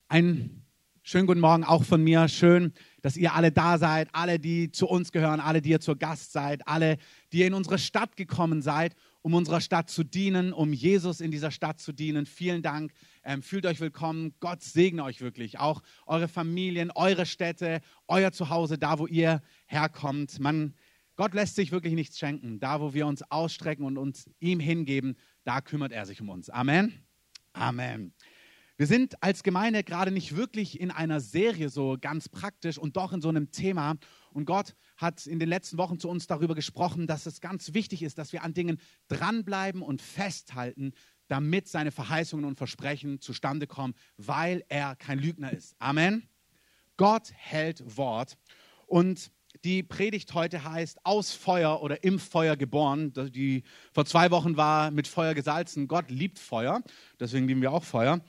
Einen schönen guten Morgen auch von mir. Schön, dass ihr alle da seid, alle, die zu uns gehören, alle, die ihr zur Gast seid, alle, die ihr in unsere Stadt gekommen seid, um unserer Stadt zu dienen, um Jesus in dieser Stadt zu dienen. Vielen Dank, fühlt euch willkommen. Gott segne euch wirklich, auch eure Familien, eure Städte, euer Zuhause, da, wo ihr herkommt. Gott lässt sich wirklich nichts schenken. Da, wo wir uns ausstrecken und uns ihm hingeben, da kümmert er sich um uns. Amen. Amen. Wir sind als Gemeinde gerade nicht wirklich in einer Serie so ganz praktisch und doch in so einem Thema. Und Gott hat in den letzten Wochen zu uns darüber gesprochen, dass es ganz wichtig ist, dass wir an Dingen dranbleiben und festhalten, damit seine Verheißungen und Versprechen zustande kommen, weil er kein Lügner ist. Amen. Gott hält Wort. Und die Predigt heute heißt Aus Feuer oder im Feuer geboren. Die vor 2 Wochen war mit Feuer gesalzen. Gott liebt Feuer, deswegen lieben wir auch Feuer.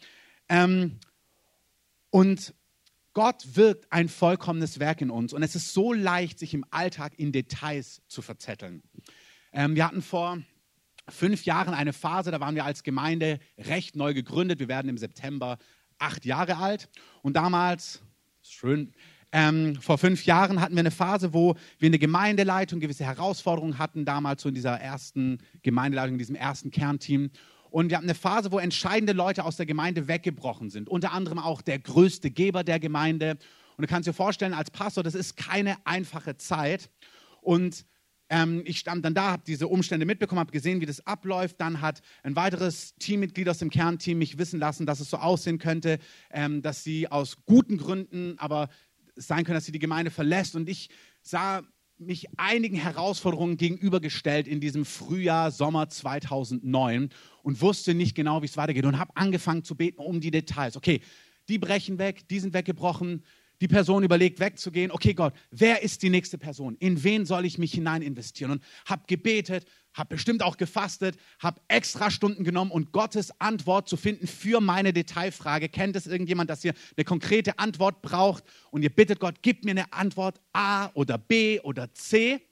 Und Gott wirkt ein vollkommenes Werk in uns. Und es ist so leicht, sich im Alltag in Details zu verzetteln. Wir hatten vor 5 Jahren eine Phase, da waren wir als Gemeinde recht neu gegründet. Wir werden im September 8 Jahre alt. Und damals, schön, vor 5 Jahren hatten wir eine Phase, wo wir eine Gemeindeleitung, gewisse Herausforderungen hatten, damals so in dieser ersten Gemeindeleitung, in diesem ersten Kernteam. Und wir hatten eine Phase, wo entscheidende Leute aus der Gemeinde weggebrochen sind. Unter anderem auch der größte Geber der Gemeinde. Und du kannst dir vorstellen, als Pastor, das ist keine einfache Zeit. Und ich stand dann da, habe diese Umstände mitbekommen, habe gesehen, wie das abläuft. Dann hat ein weiteres Teammitglied aus dem Kernteam mich wissen lassen, dass es so aussehen könnte, dass sie aus guten Gründen, aber es sein könnte, dass sie die Gemeinde verlässt. Und ich sah mich einigen Herausforderungen gegenübergestellt in diesem Frühjahr, Sommer 2009 und wusste nicht genau, wie es weitergeht und habe angefangen zu beten um die Details. Okay, die brechen weg, die sind weggebrochen, die Person überlegt wegzugehen. Okay Gott, wer ist die nächste Person? In wen soll ich mich hinein investieren? Und habe gebetet, habe bestimmt auch gefastet, habe extra Stunden genommen und Gottes Antwort zu finden für meine Detailfrage. Kennt es irgendjemand, dass ihr eine konkrete Antwort braucht und ihr bittet Gott, gib mir eine Antwort A oder B oder C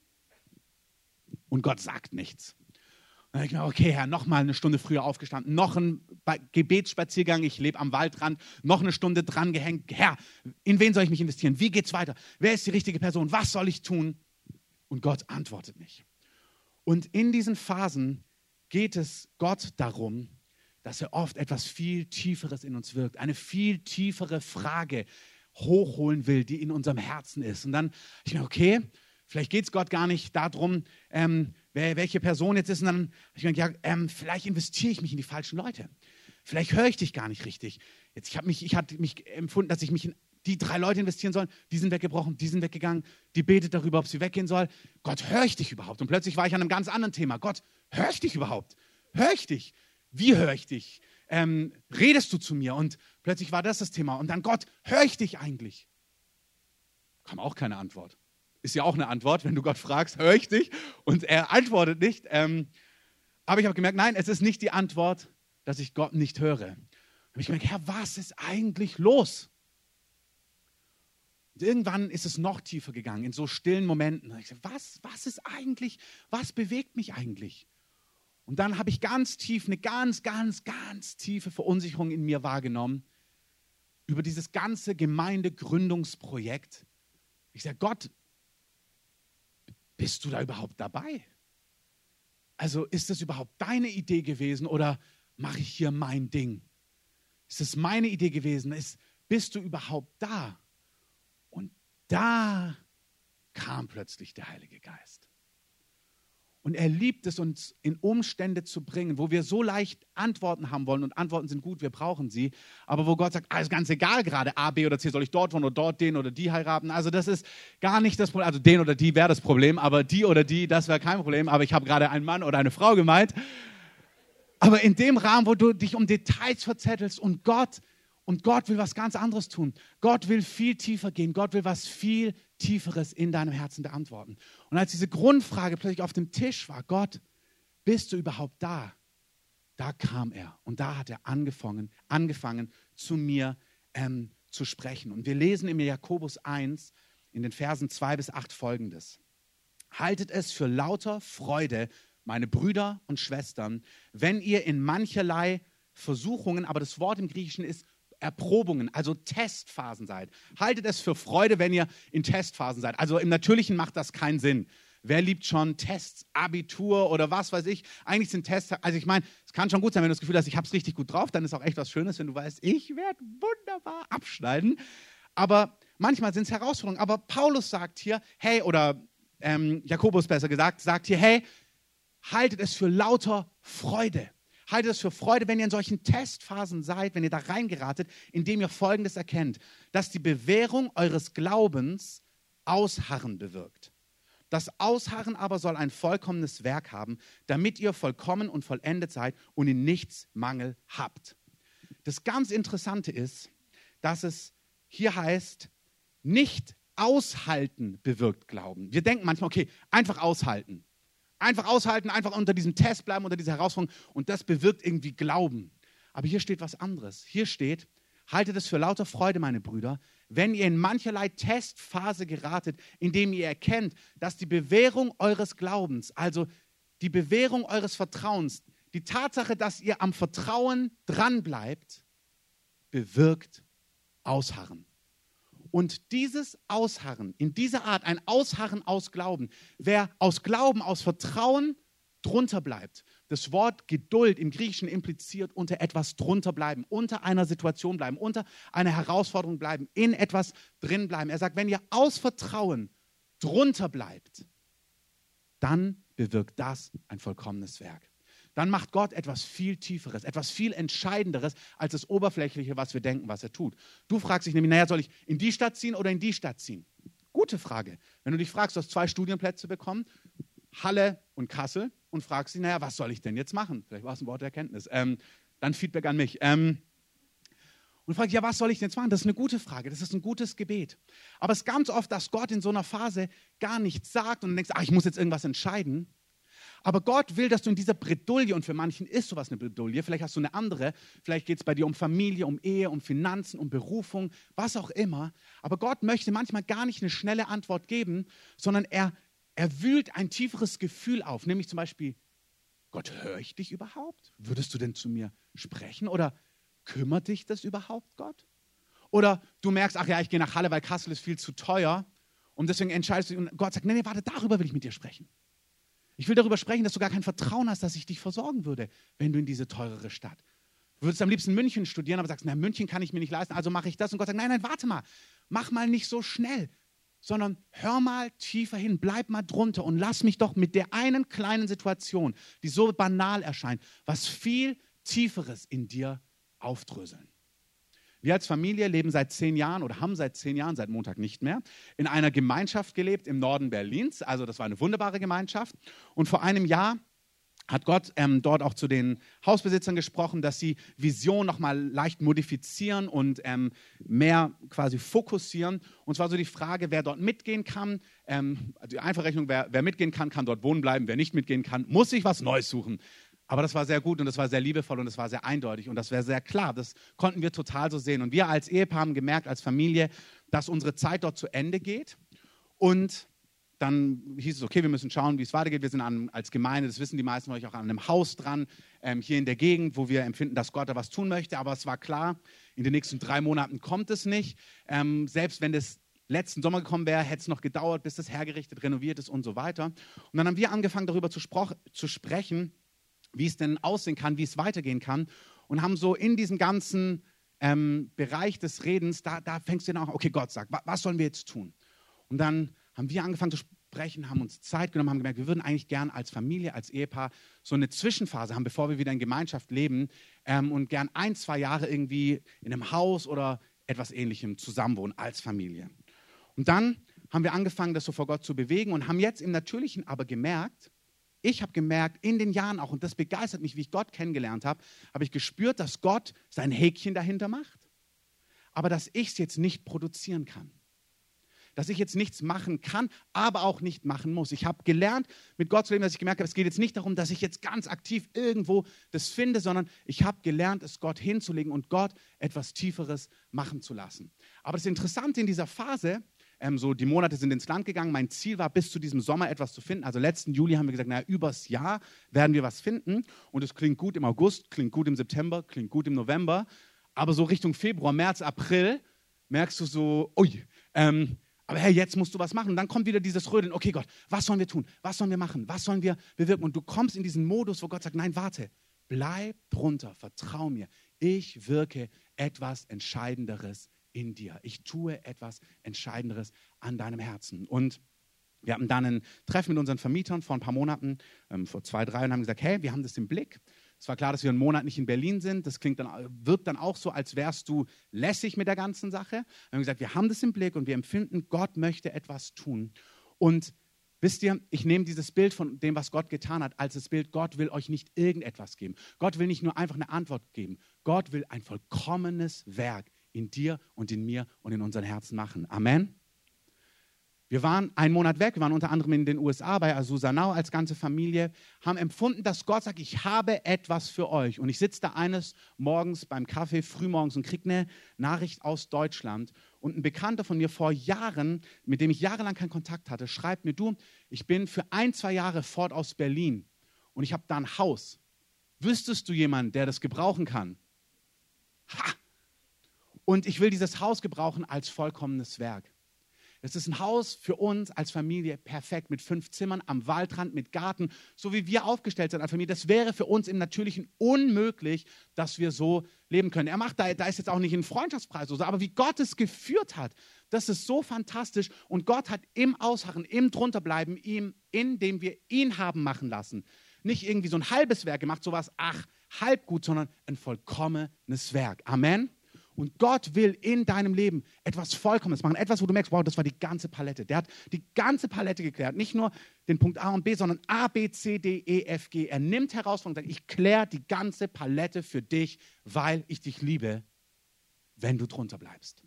und Gott sagt nichts. Und dann denke ich mir, okay, Herr, nochmal eine Stunde früher aufgestanden, noch ein Gebetsspaziergang, ich lebe am Waldrand, noch eine Stunde dran gehängt. Herr, in wen soll ich mich investieren? Wie geht's weiter? Wer ist die richtige Person? Was soll ich tun? Und Gott antwortet nicht. Und in diesen Phasen geht es Gott darum, dass er oft etwas viel Tieferes in uns wirkt, eine viel tiefere Frage hochholen will, die in unserem Herzen ist. Und dann, ich meine, okay, vielleicht geht es Gott gar nicht darum, welche Person jetzt ist. Und dann ich meine, ja, vielleicht investiere ich mich in die falschen Leute. Vielleicht höre ich dich gar nicht richtig. Jetzt, ich hatte mich empfunden, dass ich mich in die 3 Leute investieren soll. Die sind weggebrochen, die sind weggegangen. Die betet darüber, ob sie weggehen soll. Gott, höre ich dich überhaupt? Und plötzlich war ich an einem ganz anderen Thema. Gott, höre ich dich überhaupt? Höre ich dich? Wie höre ich dich? Redest du zu mir? Und plötzlich war das Thema. Und dann, Gott, höre ich dich eigentlich? Kam auch keine Antwort. Ist ja auch eine Antwort, wenn du Gott fragst, höre ich dich? Und er antwortet nicht. Aber ich habe gemerkt, nein, es ist nicht die Antwort, dass ich Gott nicht höre. Da habe ich gemerkt, Herr, was ist eigentlich los? Und irgendwann ist es noch tiefer gegangen, in so stillen Momenten. Ich sage, was ist eigentlich, was bewegt mich eigentlich? Und dann habe ich ganz tief, eine ganz tiefe Verunsicherung in mir wahrgenommen über dieses ganze Gemeindegründungsprojekt. Ich sage, Gott, bist du da überhaupt dabei? Also ist das überhaupt deine Idee gewesen oder mache ich hier mein Ding? Ist es meine Idee gewesen? Bist du überhaupt da? Und da kam plötzlich der Heilige Geist. Und er liebt es, uns in Umstände zu bringen, wo wir so leicht Antworten haben wollen und Antworten sind gut, wir brauchen sie, aber wo Gott sagt, ist ganz egal gerade, A, B oder C, soll ich dort wohnen oder dort den oder die heiraten? Also das ist gar nicht das Problem, also den oder die wäre das Problem, aber die oder die, das wäre kein Problem, aber ich habe gerade einen Mann oder eine Frau gemeint. Aber in dem Rahmen, wo du dich um Details verzettelst und Gott will was ganz anderes tun. Gott will viel tiefer gehen. Gott will was viel Tieferes in deinem Herzen beantworten. Und als diese Grundfrage plötzlich auf dem Tisch war, Gott, bist du überhaupt da? Da kam er und da hat er angefangen zu mir zu sprechen. Und wir lesen im Jakobus 1 in den Versen 2-8 Folgendes. Haltet es für lauter Freude, meine Brüder und Schwestern, wenn ihr in mancherlei Versuchungen, aber das Wort im Griechischen ist Erprobungen, also Testphasen seid. Haltet es für Freude, wenn ihr in Testphasen seid. Also im Natürlichen macht das keinen Sinn. Wer liebt schon Tests, Abitur oder was weiß ich? Eigentlich sind Tests, also ich meine, es kann schon gut sein, wenn du das Gefühl hast, ich habe es richtig gut drauf, dann ist auch echt was Schönes, wenn du weißt, ich werde wunderbar abschneiden. Aber manchmal sind es Herausforderungen. Aber Paulus sagt hier, hey, oder Jakobus besser gesagt, sagt hier, hey, haltet es für lauter Freude. Haltet es für Freude, wenn ihr in solchen Testphasen seid, wenn ihr da reingeratet, indem ihr Folgendes erkennt, dass die Bewährung eures Glaubens Ausharren bewirkt. Das Ausharren aber soll ein vollkommenes Werk haben, damit ihr vollkommen und vollendet seid und in nichts Mangel habt. Das ganz Interessante ist, dass es hier heißt, nicht aushalten bewirkt Glauben. Wir denken manchmal, okay, einfach aushalten. Einfach aushalten, einfach unter diesem Test bleiben, unter dieser Herausforderung und das bewirkt irgendwie Glauben. Aber hier steht was anderes. Hier steht, haltet es für lauter Freude, meine Brüder, wenn ihr in mancherlei Testphase geratet, indem ihr erkennt, dass die Bewährung eures Glaubens, also die Bewährung eures Vertrauens, die Tatsache, dass ihr am Vertrauen dranbleibt, bewirkt Ausharren. Und dieses Ausharren, in dieser Art, ein Ausharren aus Glauben, wer aus Glauben, aus Vertrauen drunter bleibt. Das Wort Geduld im Griechischen impliziert unter etwas drunter bleiben, unter einer Situation bleiben, unter einer Herausforderung bleiben, in etwas drin bleiben. Er sagt, wenn ihr aus Vertrauen drunter bleibt, dann bewirkt das ein vollkommenes Werk. Dann macht Gott etwas viel Tieferes, etwas viel Entscheidenderes als das Oberflächliche, was wir denken, was er tut. Du fragst dich nämlich, naja, soll ich in die Stadt ziehen oder in die Stadt ziehen? Gute Frage. Wenn du dich fragst, du hast 2 Studienplätze bekommen, Halle und Kassel, und fragst dich, naja, was soll ich denn jetzt machen? Vielleicht war es ein Wort der Erkenntnis. Dann Feedback an mich. Und fragst, ja, was soll ich denn jetzt machen? Das ist eine gute Frage, das ist ein gutes Gebet. Aber es ist ganz oft, dass Gott in so einer Phase gar nichts sagt und du denkst, ich muss jetzt irgendwas entscheiden. Aber Gott will, dass du in dieser Bredouille, und für manchen ist sowas eine Bredouille, vielleicht hast du eine andere, vielleicht geht es bei dir um Familie, um Ehe, um Finanzen, um Berufung, was auch immer. Aber Gott möchte manchmal gar nicht eine schnelle Antwort geben, sondern er wühlt ein tieferes Gefühl auf, nämlich zum Beispiel, Gott, höre ich dich überhaupt? Würdest du denn zu mir sprechen? Oder kümmert dich das überhaupt, Gott? Oder du merkst, ach ja, ich gehe nach Halle, weil Kassel ist viel zu teuer und deswegen entscheidest du, und Gott sagt, nee, warte, darüber will ich mit dir sprechen. Ich will darüber sprechen, dass du gar kein Vertrauen hast, dass ich dich versorgen würde, wenn du in diese teurere Stadt. Du würdest am liebsten München studieren, aber sagst, na, München kann ich mir nicht leisten, also mache ich das. Und Gott sagt, nein, warte mal, mach mal nicht so schnell, sondern hör mal tiefer hin, bleib mal drunter und lass mich doch mit der einen kleinen Situation, die so banal erscheint, was viel Tieferes in dir aufdröseln. Wir als Familie leben seit 10 Jahren oder haben seit 10 Jahren, seit Montag nicht mehr, in einer Gemeinschaft gelebt im Norden Berlins. Also das war eine wunderbare Gemeinschaft. Und vor einem Jahr hat Gott dort auch zu den Hausbesitzern gesprochen, dass sie Vision nochmal leicht modifizieren und mehr quasi fokussieren. Und zwar so die Frage, wer dort mitgehen kann. Also die Einfachrechnung, wer mitgehen kann, kann dort wohnen bleiben. Wer nicht mitgehen kann, muss sich was Neues suchen. Aber das war sehr gut und das war sehr liebevoll und das war sehr eindeutig und das wäre sehr klar. Das konnten wir total so sehen. Und wir als Ehepaar haben gemerkt, als Familie, dass unsere Zeit dort zu Ende geht. Und dann hieß es, okay, wir müssen schauen, wie es weitergeht. Wir sind als Gemeinde, das wissen die meisten von euch, auch an einem Haus dran, hier in der Gegend, wo wir empfinden, dass Gott da was tun möchte. Aber es war klar, in den nächsten 3 Monaten kommt es nicht. Selbst wenn das letzten Sommer gekommen wäre, hätte es noch gedauert, bis das hergerichtet, renoviert ist und so weiter. Und dann haben wir angefangen, darüber zu sprechen, wie es denn aussehen kann, wie es weitergehen kann. Und haben so in diesem ganzen Bereich des Redens, da fängst du dann auch, okay, Gott sagt, was sollen wir jetzt tun? Und dann haben wir angefangen zu sprechen, haben uns Zeit genommen, haben gemerkt, wir würden eigentlich gern als Familie, als Ehepaar so eine Zwischenphase haben, bevor wir wieder in Gemeinschaft leben und gern 1, 2 Jahre irgendwie in einem Haus oder etwas Ähnlichem zusammenwohnen als Familie. Und dann haben wir angefangen, das so vor Gott zu bewegen und haben jetzt im Natürlichen aber gemerkt, ich habe gemerkt, in den Jahren auch, und das begeistert mich, wie ich Gott kennengelernt habe, habe ich gespürt, dass Gott sein Häkchen dahinter macht, aber dass ich es jetzt nicht produzieren kann. Dass ich jetzt nichts machen kann, aber auch nicht machen muss. Ich habe gelernt, mit Gott zu leben, dass ich gemerkt habe, es geht jetzt nicht darum, dass ich jetzt ganz aktiv irgendwo das finde, sondern ich habe gelernt, es Gott hinzulegen und Gott etwas Tieferes machen zu lassen. Aber das Interessante in dieser Phase, so die Monate sind ins Land gegangen, mein Ziel war, bis zu diesem Sommer etwas zu finden. Also letzten Juli haben wir gesagt, naja, übers Jahr werden wir was finden. Und es klingt gut im August, klingt gut im September, klingt gut im November. Aber so Richtung Februar, März, April merkst du so, ui, aber hey, jetzt musst du was machen. Und dann kommt wieder dieses Rödeln. Okay, Gott, was sollen wir tun? Was sollen wir machen? Was sollen wir bewirken? Und du kommst in diesen Modus, wo Gott sagt, nein, warte, bleib drunter, vertrau mir. Ich wirke etwas Entscheidenderes in dir. Ich tue etwas Entscheidenderes an deinem Herzen. Und wir hatten dann ein Treffen mit unseren Vermietern vor ein paar Monaten, vor 2, 3, und haben gesagt, hey, wir haben das im Blick. Es war klar, dass wir einen Monat nicht in Berlin sind. Das wirkt dann auch so, als wärst du lässig mit der ganzen Sache. Wir haben gesagt, wir haben das im Blick und wir empfinden, Gott möchte etwas tun. Und wisst ihr, ich nehme dieses Bild von dem, was Gott getan hat, als das Bild, Gott will euch nicht irgendetwas geben. Gott will nicht nur einfach eine Antwort geben. Gott will ein vollkommenes Werk in dir und in mir und in unseren Herzen machen. Amen. Wir waren einen Monat weg, wir waren unter anderem in den USA bei Azusa Now als ganze Familie, haben empfunden, dass Gott sagt, ich habe etwas für euch. Und ich sitze da eines Morgens beim Kaffee, frühmorgens, und kriege eine Nachricht aus Deutschland. Und ein Bekannter von mir vor Jahren, mit dem ich jahrelang keinen Kontakt hatte, schreibt mir, du, ich bin für 1, 2 Jahre fort aus Berlin und ich habe da ein Haus. Wüsstest du jemanden, der das gebrauchen kann? Ha! Und ich will dieses Haus gebrauchen als vollkommenes Werk. Es ist ein Haus für uns als Familie perfekt, mit 5 Zimmern am Waldrand, mit Garten, so wie wir aufgestellt sind als Familie. Das wäre für uns im Natürlichen unmöglich, dass wir so leben können. Da ist jetzt auch nicht ein Freundschaftspreis oder so, aber wie Gott es geführt hat, das ist so fantastisch. Und Gott hat im Ausharren, im Drunterbleiben, indem wir ihn haben machen lassen, nicht irgendwie so ein halbes Werk gemacht, sowas, halb gut, sondern ein vollkommenes Werk. Amen. Und Gott will in deinem Leben etwas Vollkommenes machen. Etwas, wo du merkst, wow, das war die ganze Palette. Der hat die ganze Palette geklärt. Nicht nur den Punkt A und B, sondern A, B, C, D, E, F, G. Er nimmt Herausforderungen und sagt, ich kläre die ganze Palette für dich, weil ich dich liebe, wenn du drunter bleibst.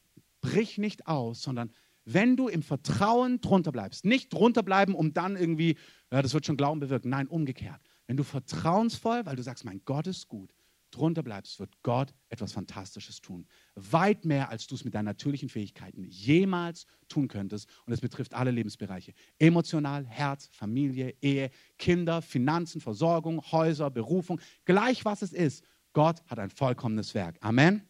Brich nicht aus, sondern wenn du im Vertrauen drunter bleibst. Nicht drunter bleiben, um dann irgendwie, ja, das wird schon Glauben bewirken. Nein, umgekehrt. Wenn du vertrauensvoll, weil du sagst, mein Gott ist gut, drunter bleibst, wird Gott etwas Fantastisches tun. Weit mehr, als du es mit deinen natürlichen Fähigkeiten jemals tun könntest. Und es betrifft alle Lebensbereiche. Emotional, Herz, Familie, Ehe, Kinder, Finanzen, Versorgung, Häuser, Berufung. Gleich was es ist, Gott hat ein vollkommenes Werk. Amen.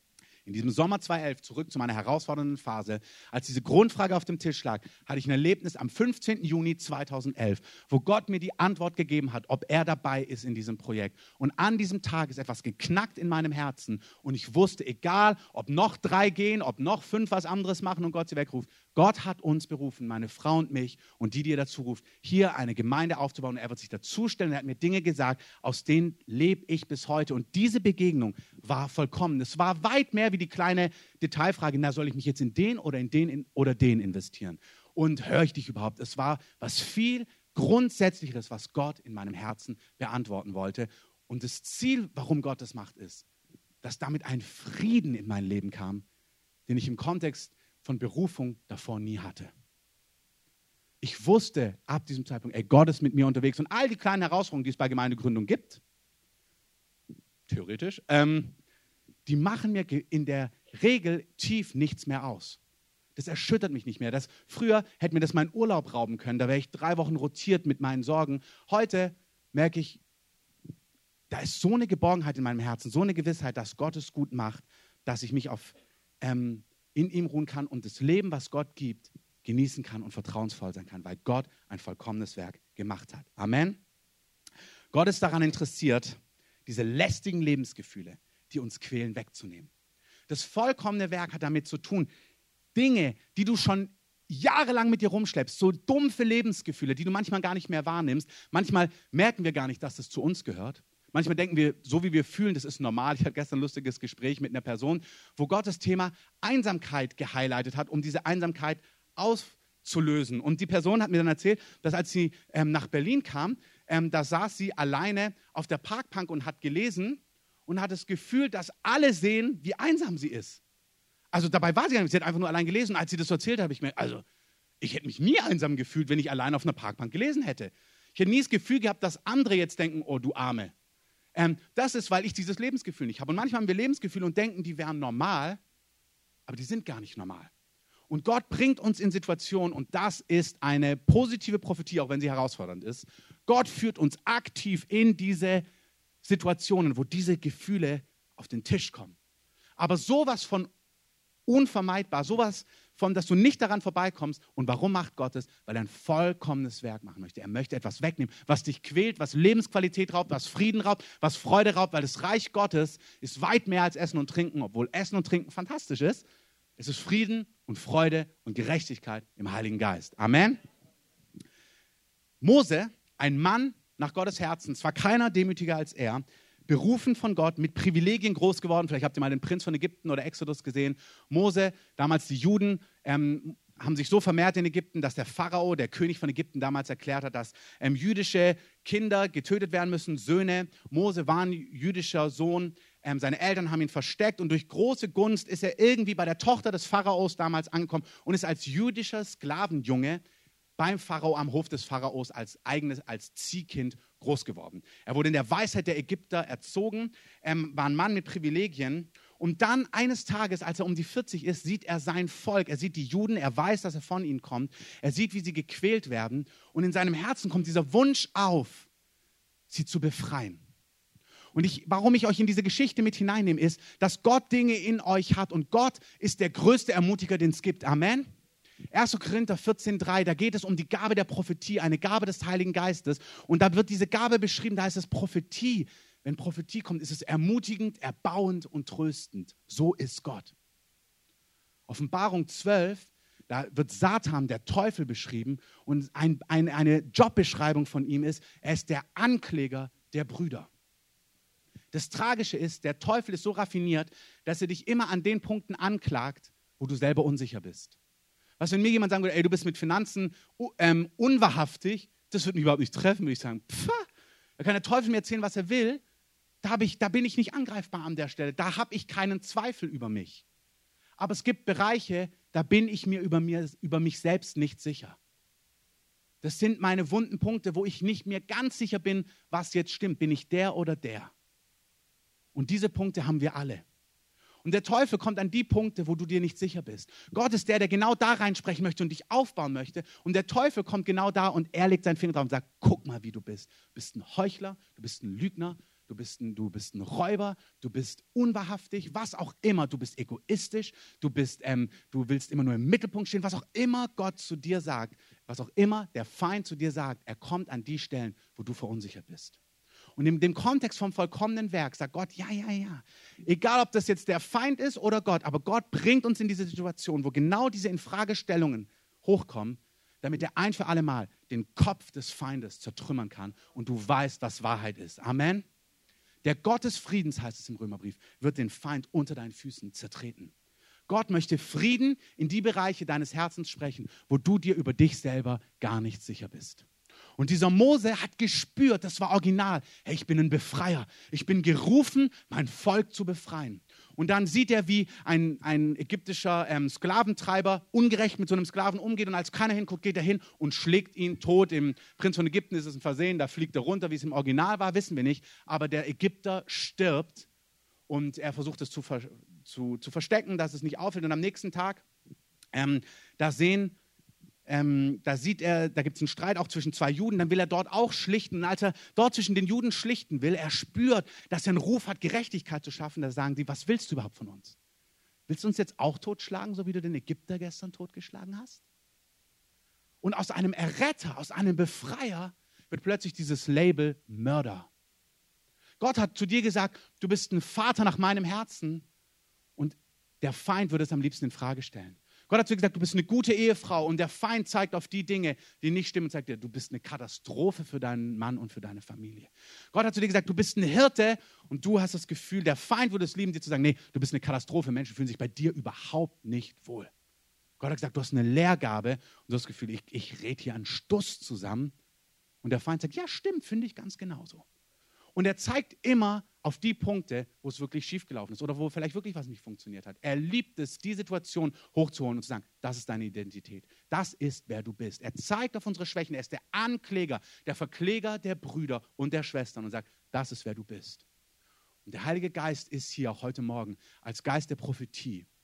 In diesem Sommer 2011, zurück zu meiner herausfordernden Phase, als diese Grundfrage auf dem Tisch lag, hatte ich ein Erlebnis am 15. Juni 2011, wo Gott mir die Antwort gegeben hat, ob er dabei ist in diesem Projekt. Und an diesem Tag ist etwas geknackt in meinem Herzen und ich wusste, egal, ob noch 3 gehen, ob noch 5 was anderes machen und Gott sie wegruft, Gott hat uns berufen, meine Frau und mich und die er dazu ruft, hier eine Gemeinde aufzubauen. Und er wird sich dazustellen. Er hat mir Dinge gesagt, aus denen lebe ich bis heute. Und diese Begegnung war vollkommen. Es war weit mehr wie die kleine Detailfrage, na, soll ich mich jetzt in den oder den investieren? Und höre ich dich überhaupt? Es war was viel Grundsätzlicheres, was Gott in meinem Herzen beantworten wollte. Und das Ziel, warum Gott das macht, ist, dass damit ein Frieden in mein Leben kam, den ich im Kontext von Berufung davor nie hatte. Ich wusste ab diesem Zeitpunkt, Gott ist mit mir unterwegs und all die kleinen Herausforderungen, die es bei Gemeindegründung gibt, theoretisch, die machen mir in der Regel tief nichts mehr aus. Das erschüttert mich nicht mehr. Früher hätte mir das meinen Urlaub rauben können, da wäre ich 3 Wochen rotiert mit meinen Sorgen. Heute merke ich, da ist so eine Geborgenheit in meinem Herzen, so eine Gewissheit, dass Gott es gut macht, dass ich mich in ihm ruhen kann und das Leben, was Gott gibt, genießen kann und vertrauensvoll sein kann, weil Gott ein vollkommenes Werk gemacht hat. Amen. Gott ist daran interessiert, diese lästigen Lebensgefühle, die uns quälen, wegzunehmen. Das vollkommene Werk hat damit zu tun, Dinge, die du schon jahrelang mit dir rumschleppst, so dumpfe Lebensgefühle, die du manchmal gar nicht mehr wahrnimmst. Manchmal merken wir gar nicht, dass das zu uns gehört. Manchmal denken wir, so wie wir fühlen, das ist normal. Ich hatte gestern ein lustiges Gespräch mit einer Person, wo Gott das Thema Einsamkeit gehighlightet hat, um diese Einsamkeit auszulösen. Und die Person hat mir dann erzählt, dass als sie nach Berlin kam, da saß sie alleine auf der Parkbank und hat gelesen und hat das Gefühl, dass alle sehen, wie einsam sie ist. Also dabei war sie gar nicht, sie hat einfach nur allein gelesen. Und als sie das so erzählt hat, habe ich mir, ich hätte mich nie einsam gefühlt, wenn ich allein auf einer Parkbank gelesen hätte. Ich hätte nie das Gefühl gehabt, dass andere jetzt denken, oh du Arme. Das ist, weil ich dieses Lebensgefühl nicht habe. Und manchmal haben wir Lebensgefühle und denken, die wären normal, aber die sind gar nicht normal. Und Gott bringt uns in Situationen, und das ist eine positive Prophetie, auch wenn sie herausfordernd ist. Gott führt uns aktiv in diese Situationen, wo diese Gefühle auf den Tisch kommen. Aber sowas von unvermeidbar, sowas von, dass du nicht daran vorbeikommst. Und warum macht Gott es? Weil er ein vollkommenes Werk machen möchte. Er möchte etwas wegnehmen, was dich quält, was Lebensqualität raubt, was Frieden raubt, was Freude raubt, weil das Reich Gottes ist weit mehr als Essen und Trinken, obwohl Essen und Trinken fantastisch ist. Es ist Frieden und Freude und Gerechtigkeit im Heiligen Geist. Amen. Mose, ein Mann nach Gottes Herzen, zwar keiner demütiger als er, berufen von Gott, mit Privilegien groß geworden. Vielleicht habt ihr mal den Prinz von Ägypten oder Exodus gesehen. Mose, damals die Juden, haben sich so vermehrt in Ägypten, dass der Pharao, der König von Ägypten, damals erklärt hat, dass jüdische Kinder getötet werden müssen, Söhne. Mose war ein jüdischer Sohn. Seine Eltern haben ihn versteckt und durch große Gunst ist er irgendwie bei der Tochter des Pharaos damals angekommen und ist als jüdischer Sklavenjunge beim Pharao am Hof des Pharaos als Ziehkind groß geworden. Er wurde in der Weisheit der Ägypter erzogen, war ein Mann mit Privilegien. Und dann eines Tages, als er um die 40 ist, sieht er sein Volk, er sieht die Juden, er weiß, dass er von ihnen kommt, er sieht, wie sie gequält werden und in seinem Herzen kommt dieser Wunsch auf, sie zu befreien. Und warum ich euch in diese Geschichte mit hineinnehme, ist, dass Gott Dinge in euch hat und Gott ist der größte Ermutiger, den es gibt. Amen. 1. Korinther 14,3, da geht es um die Gabe der Prophetie, eine Gabe des Heiligen Geistes. Und da wird diese Gabe beschrieben, da heißt es Prophetie. Wenn Prophetie kommt, ist es ermutigend, erbauend und tröstend. So ist Gott. Offenbarung 12, da wird Satan, der Teufel, beschrieben. Und eine Jobbeschreibung von ihm ist, er ist der Ankläger der Brüder. Das Tragische ist, der Teufel ist so raffiniert, dass er dich immer an den Punkten anklagt, wo du selber unsicher bist. Was, wenn mir jemand sagen würde, ey, du bist mit Finanzen unwahrhaftig, das würde mich überhaupt nicht treffen, würde ich sagen, da kann der Teufel mir erzählen, was er will, da bin ich nicht angreifbar an der Stelle, da habe ich keinen Zweifel über mich. Aber es gibt Bereiche, da bin ich mir über mich selbst nicht sicher. Das sind meine wunden Punkte, wo ich nicht mir ganz sicher bin, was jetzt stimmt. Bin ich der oder der? Und diese Punkte haben wir alle. Und der Teufel kommt an die Punkte, wo du dir nicht sicher bist. Gott ist der da genau reinsprechen möchte und dich aufbauen möchte. Und der Teufel kommt genau da und er legt seinen Finger drauf und sagt, guck mal, wie du bist. Du bist ein Heuchler, du bist ein Lügner, du bist ein Räuber, du bist unwahrhaftig, was auch immer. Du bist egoistisch, du willst immer nur im Mittelpunkt stehen. Was auch immer Gott zu dir sagt, was auch immer der Feind zu dir sagt, er kommt an die Stellen, wo du verunsichert bist. Und in dem Kontext vom vollkommenen Werk sagt Gott, ja. Egal, ob das jetzt der Feind ist oder Gott, aber Gott bringt uns in diese Situation, wo genau diese Infragestellungen hochkommen, damit er ein für alle Mal den Kopf des Feindes zertrümmern kann und du weißt, was Wahrheit ist. Amen. Der Gott des Friedens, heißt es im Römerbrief, wird den Feind unter deinen Füßen zertreten. Gott möchte Frieden in die Bereiche deines Herzens sprechen, wo du dir über dich selber gar nicht sicher bist. Und dieser Mose hat gespürt, das war original, hey, ich bin ein Befreier, ich bin gerufen, mein Volk zu befreien. Und dann sieht er, wie ein ägyptischer Sklaventreiber ungerecht mit so einem Sklaven umgeht und als keiner hinguckt, geht er hin und schlägt ihn tot. Im Prinz von Ägypten ist es ein Versehen, da fliegt er runter, wie es im Original war, wissen wir nicht. Aber der Ägypter stirbt und er versucht es zu verstecken, dass es nicht auffällt. Und am nächsten Tag, da sieht er, da gibt es einen Streit auch zwischen zwei Juden, dann will er dort auch schlichten. Und als er dort zwischen den Juden schlichten will, er spürt, dass er einen Ruf hat, Gerechtigkeit zu schaffen. Da sagen sie, was willst du überhaupt von uns? Willst du uns jetzt auch totschlagen, so wie du den Ägypter gestern totgeschlagen hast? Und aus einem Erretter, aus einem Befreier wird plötzlich dieses Label Mörder. Gott hat zu dir gesagt, du bist ein Vater nach meinem Herzen und der Feind würde es am liebsten in Frage stellen. Gott hat zu dir gesagt, du bist eine gute Ehefrau und der Feind zeigt auf die Dinge, die nicht stimmen und sagt dir, du bist eine Katastrophe für deinen Mann und für deine Familie. Gott hat zu dir gesagt, du bist ein Hirte und du hast das Gefühl, der Feind würde es lieben, dir zu sagen, nee, du bist eine Katastrophe, Menschen fühlen sich bei dir überhaupt nicht wohl. Gott hat gesagt, du hast eine Lehrgabe und du hast das Gefühl, ich rede hier einen Stuss zusammen und der Feind sagt, ja stimmt, finde ich ganz genauso. Und er zeigt immer auf die Punkte, wo es wirklich schiefgelaufen ist oder wo vielleicht wirklich was nicht funktioniert hat. Er liebt es, die Situation hochzuholen und zu sagen, das ist deine Identität. Das ist, wer du bist. Er zeigt auf unsere Schwächen. Er ist der Ankläger, der Verkläger der Brüder und der Schwestern und sagt, das ist, wer du bist. Und der Heilige Geist ist hier auch heute Morgen als Geist der Prophetie.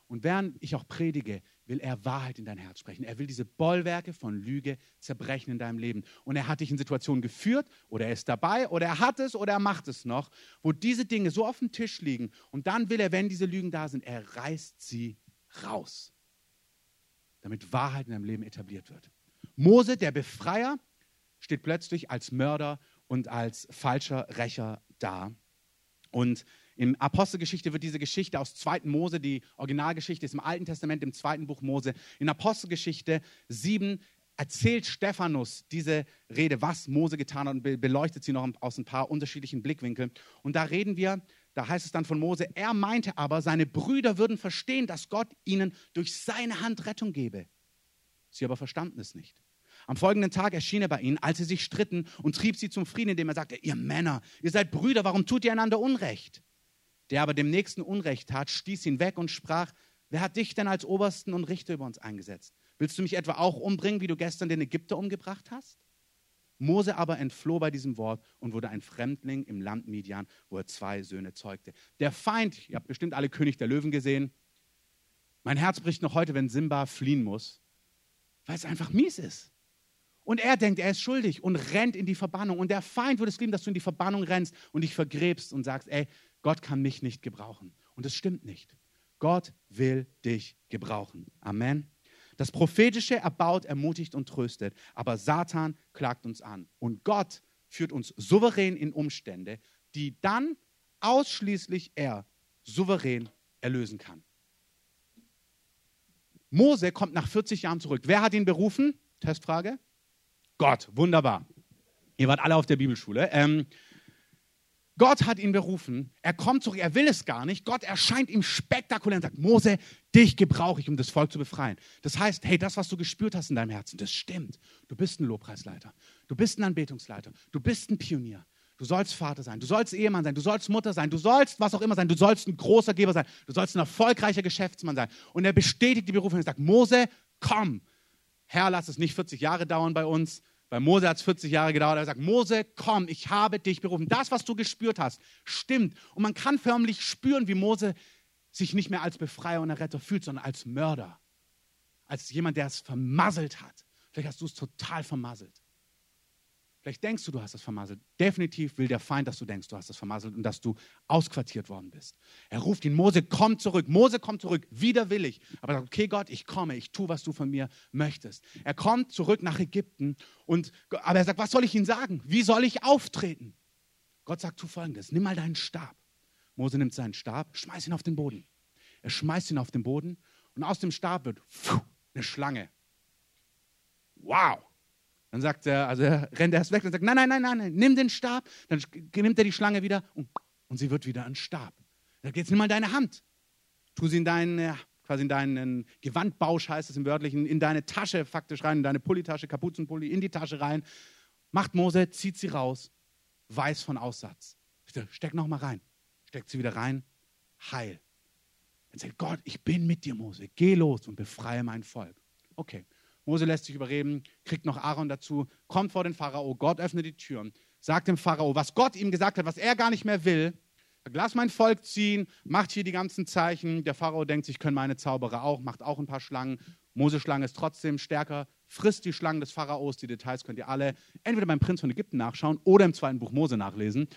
Und während ich auch predige, will er Wahrheit in dein Herz sprechen. Er will diese Bollwerke von Lüge zerbrechen in deinem Leben. Und er hat dich in Situationen geführt oder er ist dabei oder er hat es oder er macht es noch, wo diese Dinge so auf dem Tisch liegen. Und dann will er, wenn diese Lügen da sind, er reißt sie raus, damit Wahrheit in deinem Leben etabliert wird. Mose, der Befreier, steht plötzlich als Mörder und als falscher Rächer da. Und in Apostelgeschichte wird diese Geschichte aus 2. Mose, die Originalgeschichte ist im Alten Testament, im 2. Buch Mose. In Apostelgeschichte 7 erzählt Stephanus diese Rede, was Mose getan hat und beleuchtet sie noch aus ein paar unterschiedlichen Blickwinkeln. Und da heißt es dann von Mose, er meinte aber, seine Brüder würden verstehen, dass Gott ihnen durch seine Hand Rettung gebe. Sie aber verstanden es nicht. Am folgenden Tag erschien er bei ihnen, als sie sich stritten und trieb sie zum Frieden, indem er sagte, ihr Männer, ihr seid Brüder, warum tut ihr einander Unrecht? Der aber dem Nächsten Unrecht tat, stieß ihn weg und sprach, wer hat dich denn als Obersten und Richter über uns eingesetzt? Willst du mich etwa auch umbringen, wie du gestern den Ägypter umgebracht hast? Mose aber entfloh bei diesem Wort und wurde ein Fremdling im Land Midian, wo er 2 Söhne zeugte. Der Feind, ihr habt bestimmt alle König der Löwen gesehen, mein Herz bricht noch heute, wenn Simba fliehen muss, weil es einfach mies ist. Und er denkt, er ist schuldig und rennt in die Verbannung. Und der Feind würde es lieben, dass du in die Verbannung rennst und dich vergräbst und sagst, ey, Gott kann mich nicht gebrauchen. Und das stimmt nicht. Gott will dich gebrauchen. Amen. Das Prophetische erbaut, ermutigt und tröstet. Aber Satan klagt uns an. Und Gott führt uns souverän in Umstände, die dann ausschließlich er souverän erlösen kann. Mose kommt nach 40 Jahren zurück. Wer hat ihn berufen? Testfrage. Gott, wunderbar. Ihr wart alle auf der Bibelschule. Gott hat ihn berufen. Er kommt zurück, er will es gar nicht. Gott erscheint ihm spektakulär und sagt, Mose, dich gebrauche ich, um das Volk zu befreien. Das heißt, hey, das, was du gespürt hast in deinem Herzen, das stimmt. Du bist ein Lobpreisleiter. Du bist ein Anbetungsleiter. Du bist ein Pionier. Du sollst Vater sein. Du sollst Ehemann sein. Du sollst Mutter sein. Du sollst was auch immer sein. Du sollst ein großer Geber sein. Du sollst ein erfolgreicher Geschäftsmann sein. Und er bestätigt die Berufung und sagt, Mose, komm. Herr, lass es nicht 40 Jahre dauern bei uns. Bei Mose hat es 40 Jahre gedauert. Er sagt, Mose, komm, ich habe dich berufen. Das, was du gespürt hast, stimmt. Und man kann förmlich spüren, wie Mose sich nicht mehr als Befreier und Retter fühlt, sondern als Mörder. Als jemand, der es vermasselt hat. Vielleicht hast du es total vermasselt. Vielleicht denkst du, du hast es vermasselt. Definitiv will der Feind, dass du denkst, du hast es vermasselt und dass du ausquartiert worden bist. Er ruft ihn, Mose, komm zurück. Mose, komm zurück, widerwillig. Aber er sagt, okay Gott, ich komme, ich tue, was du von mir möchtest. Er kommt zurück nach Ägypten, aber er sagt, was soll ich ihm sagen? Wie soll ich auftreten? Gott sagt, tu Folgendes, nimm mal deinen Stab. Mose nimmt seinen Stab, schmeiß ihn auf den Boden. Er schmeißt ihn auf den Boden und aus dem Stab wird eine Schlange. Wow! Dann sagt er, also er rennt erst weg und sagt, nein, nimm den Stab. Dann nimmt er die Schlange wieder und sie wird wieder ein Stab. Er sagt, jetzt nimm mal deine Hand. Tu sie in deinen Gewandbausch, heißt es im Wörtlichen, in deine Tasche faktisch rein, in deine Pullitasche, Kapuzenpulli, in die Tasche rein. Macht Mose, zieht sie raus, weiß von Aussatz. Steck nochmal rein. Steckt sie wieder rein, heil. Dann sagt Gott, ich bin mit dir, Mose. Geh los und befreie mein Volk. Okay. Mose lässt sich überreden, kriegt noch Aaron dazu, kommt vor den Pharao, Gott öffnet die Türen, sagt dem Pharao, was Gott ihm gesagt hat, was er gar nicht mehr will, sagt, lass mein Volk ziehen, macht hier die ganzen Zeichen. Der Pharao denkt sich, können meine Zauberer auch, macht auch ein paar Schlangen. Moses Schlange ist trotzdem stärker, frisst die Schlangen des Pharaos. Die Details könnt ihr alle entweder beim Prinz von Ägypten nachschauen oder im 2. Buch Mose nachlesen.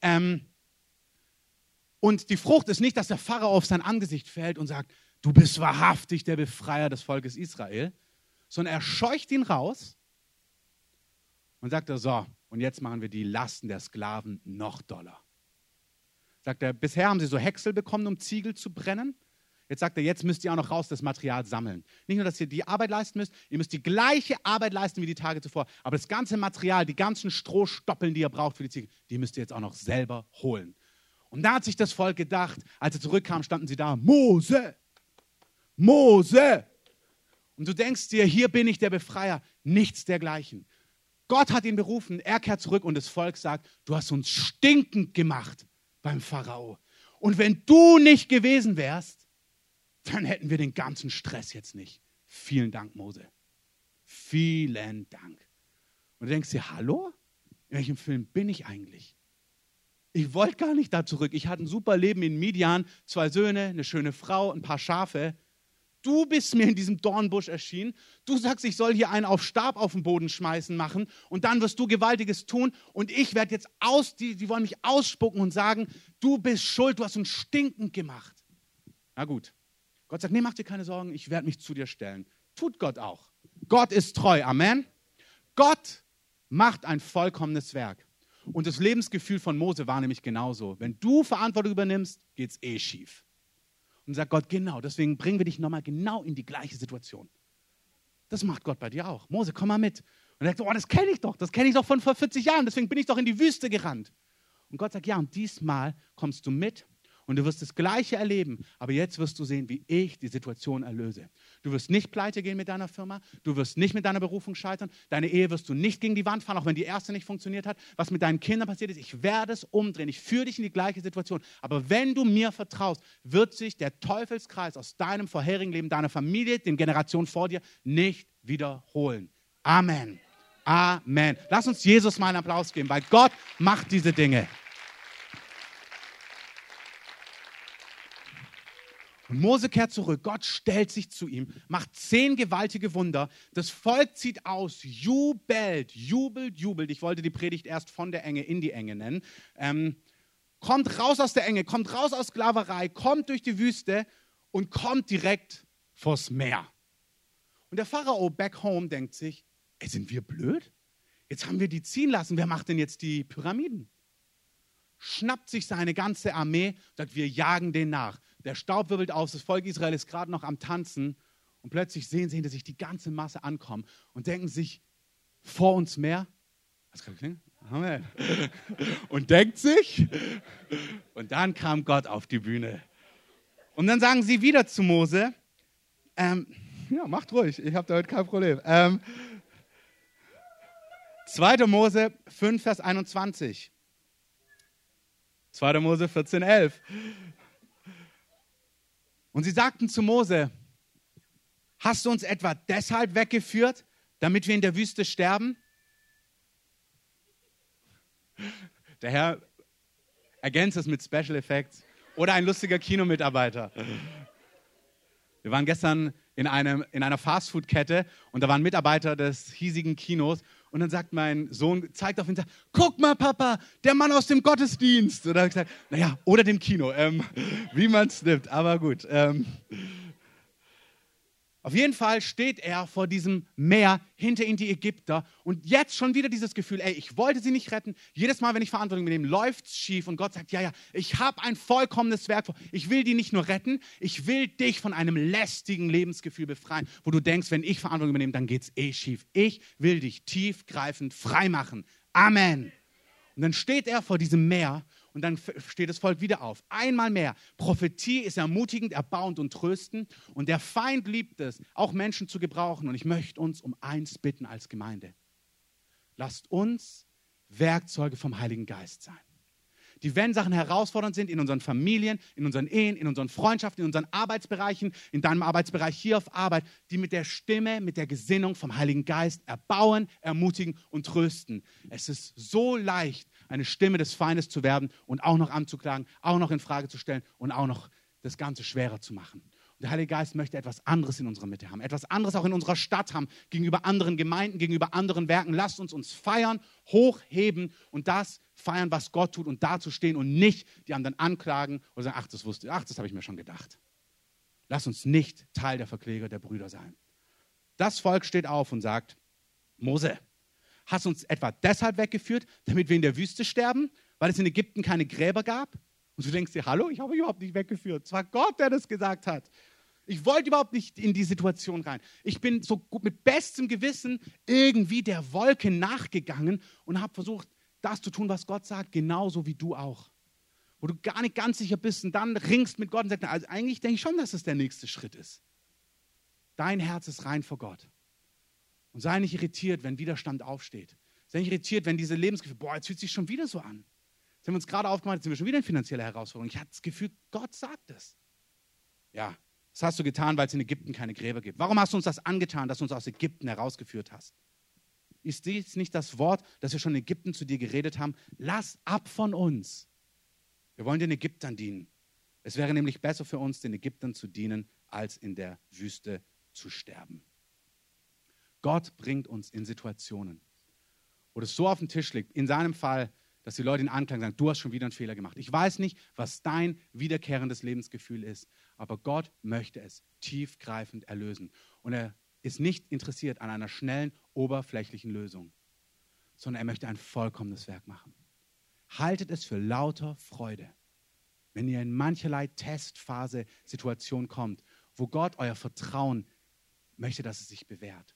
Und die Frucht ist nicht, dass der Pharao auf sein Angesicht fällt und sagt, du bist wahrhaftig der Befreier des Volkes Israel, sondern er scheucht ihn raus und sagt er, so, und jetzt machen wir die Lasten der Sklaven noch doller. Sagt er, bisher haben sie so Häcksel bekommen, um Ziegel zu brennen. Jetzt sagt er, jetzt müsst ihr auch noch raus das Material sammeln. Nicht nur, dass ihr die Arbeit leisten müsst, ihr müsst die gleiche Arbeit leisten wie die Tage zuvor. Aber das ganze Material, die ganzen Strohstoppeln, die ihr braucht für die Ziegel, die müsst ihr jetzt auch noch selber holen. Und da hat sich das Volk gedacht, als er zurückkam, standen sie da, Mose, Mose. Und du denkst dir, hier bin ich der Befreier. Nichts dergleichen. Gott hat ihn berufen, er kehrt zurück und das Volk sagt, du hast uns stinkend gemacht beim Pharao. Und wenn du nicht gewesen wärst, dann hätten wir den ganzen Stress jetzt nicht. Vielen Dank, Mose. Vielen Dank. Und du denkst dir, hallo? In welchem Film bin ich eigentlich? Ich wollte gar nicht da zurück. Ich hatte ein super Leben in Midian, 2 Söhne, eine schöne Frau, ein paar Schafe. Du bist mir in diesem Dornbusch erschienen. Du sagst, ich soll hier einen auf Stab auf den Boden schmeißen machen und dann wirst du Gewaltiges tun und ich werde jetzt die wollen mich ausspucken und sagen, du bist schuld, du hast uns stinkend gemacht. Na gut. Gott sagt, nee, mach dir keine Sorgen, ich werde mich zu dir stellen. Tut Gott auch. Gott ist treu. Amen. Gott macht ein vollkommenes Werk. Und das Lebensgefühl von Mose war nämlich genauso. Wenn du Verantwortung übernimmst, geht es eh schief. Und sagt Gott, genau, deswegen bringen wir dich nochmal genau in die gleiche Situation. Das macht Gott bei dir auch. Mose, komm mal mit. Und er sagt, oh, das kenne ich doch von vor 40 Jahren, deswegen bin ich doch in die Wüste gerannt. Und Gott sagt, ja, und diesmal kommst du mit und du wirst das Gleiche erleben, aber jetzt wirst du sehen, wie ich die Situation erlöse. Du wirst nicht pleite gehen mit deiner Firma, du wirst nicht mit deiner Berufung scheitern, deine Ehe wirst du nicht gegen die Wand fahren, auch wenn die erste nicht funktioniert hat. Was mit deinen Kindern passiert ist, ich werde es umdrehen, ich führe dich in die gleiche Situation. Aber wenn du mir vertraust, wird sich der Teufelskreis aus deinem vorherigen Leben, deiner Familie, den Generationen vor dir nicht wiederholen. Amen. Amen. Lass uns Jesus mal einen Applaus geben, weil Gott macht diese Dinge. Und Mose kehrt zurück, Gott stellt sich zu ihm, macht 10 gewaltige Wunder, das Volk zieht aus, jubelt. Ich wollte die Predigt erst von der Enge in die Enge nennen. Kommt raus aus der Enge, kommt raus aus Sklaverei, kommt durch die Wüste und kommt direkt vors Meer. Und der Pharao back home denkt sich, ey, sind wir blöd? Jetzt haben wir die ziehen lassen, wer macht denn jetzt die Pyramiden? Schnappt sich seine ganze Armee, sagt, wir jagen den nach. Der Staub wirbelt auf, das Volk Israel ist gerade noch am Tanzen und plötzlich sehen sie hinter sich die ganze Masse ankommen und denken sich, vor uns Meer. Was kann klingen? Amen. Und denkt sich, und dann kam Gott auf die Bühne. Und dann sagen sie wieder zu Mose, ja, macht ruhig, ich habe damit kein Problem. 2. Mose 5, Vers 21. 2. Mose 14, 11. Und sie sagten zu Mose, hast du uns etwa deshalb weggeführt, damit wir in der Wüste sterben? Der Herr ergänzt es mit Special Effects oder ein lustiger Kinomitarbeiter. Wir waren gestern in einer Fastfood-Kette und da waren Mitarbeiter des hiesigen Kinos und dann sagt mein Sohn, zeigt auf ihn und sagt, guck mal Papa, der Mann aus dem Gottesdienst. Und da habe ich gesagt, naja, oder dem Kino, wie man es nimmt, aber gut. Auf jeden Fall steht er vor diesem Meer, hinter ihm die Ägypter und jetzt schon wieder dieses Gefühl, ey, ich wollte sie nicht retten. Jedes Mal, wenn ich Verantwortung übernehme, läuft es schief und Gott sagt, ja, ich habe ein vollkommenes Werk vor. Ich will die nicht nur retten, ich will dich von einem lästigen Lebensgefühl befreien, wo du denkst, wenn ich Verantwortung übernehme, dann geht es eh schief. Ich will dich tiefgreifend frei machen. Amen. Und dann steht er vor diesem Meer und dann steht das Volk wieder auf. Einmal mehr. Prophetie ist ermutigend, erbauend und tröstend. Und der Feind liebt es, auch Menschen zu gebrauchen. Und ich möchte uns um eins bitten als Gemeinde. Lasst uns Werkzeuge vom Heiligen Geist sein. Die, wenn Sachen herausfordernd sind in unseren Familien, in unseren Ehen, in unseren Freundschaften, in unseren Arbeitsbereichen, in deinem Arbeitsbereich hier auf Arbeit, die mit der Stimme, mit der Gesinnung vom Heiligen Geist erbauen, ermutigen und trösten. Es ist so leicht, eine Stimme des Feindes zu werden und auch noch anzuklagen, auch noch in Frage zu stellen und auch noch das Ganze schwerer zu machen. Und der Heilige Geist möchte etwas anderes in unserer Mitte haben, etwas anderes auch in unserer Stadt haben, gegenüber anderen Gemeinden, gegenüber anderen Werken. Lasst uns feiern, hochheben und das feiern, was Gott tut und dazu stehen und nicht die anderen anklagen oder sagen, das habe ich mir schon gedacht. Lasst uns nicht Teil der Verkläger der Brüder sein. Das Volk steht auf und sagt, Mose, hast du uns etwa deshalb weggeführt, damit wir in der Wüste sterben, weil es in Ägypten keine Gräber gab? Und du denkst dir, hallo, ich habe überhaupt nicht weggeführt. Es war Gott, der das gesagt hat. Ich wollte überhaupt nicht in die Situation rein. Ich bin so gut mit bestem Gewissen irgendwie der Wolke nachgegangen und habe versucht, das zu tun, was Gott sagt, genauso wie du auch. Wo du gar nicht ganz sicher bist und dann ringst mit Gott und sagst, also eigentlich denke ich schon, dass es der nächste Schritt ist. Dein Herz ist rein vor Gott. Und sei nicht irritiert, wenn Widerstand aufsteht. Sei nicht irritiert, wenn diese Lebensgefühle, jetzt fühlt sich schon wieder so an. Jetzt haben wir uns gerade aufgemacht, jetzt sind wir schon wieder in finanzieller Herausforderung. Ich hatte das Gefühl, Gott sagt es. Ja, das hast du getan, weil es in Ägypten keine Gräber gibt. Warum hast du uns das angetan, dass du uns aus Ägypten herausgeführt hast? Ist dies nicht das Wort, das wir schon in Ägypten zu dir geredet haben? Lass ab von uns. Wir wollen den Ägyptern dienen. Es wäre nämlich besser für uns, den Ägyptern zu dienen, als in der Wüste zu sterben. Gott bringt uns in Situationen, wo das so auf dem Tisch liegt, in seinem Fall, dass die Leute in Anklang sagen, du hast schon wieder einen Fehler gemacht. Ich weiß nicht, was dein wiederkehrendes Lebensgefühl ist, aber Gott möchte es tiefgreifend erlösen. Und er ist nicht interessiert an einer schnellen, oberflächlichen Lösung, sondern er möchte ein vollkommenes Werk machen. Haltet es für lauter Freude, wenn ihr in mancherlei Testphase, Situation kommt, wo Gott euer Vertrauen möchte, dass es sich bewährt.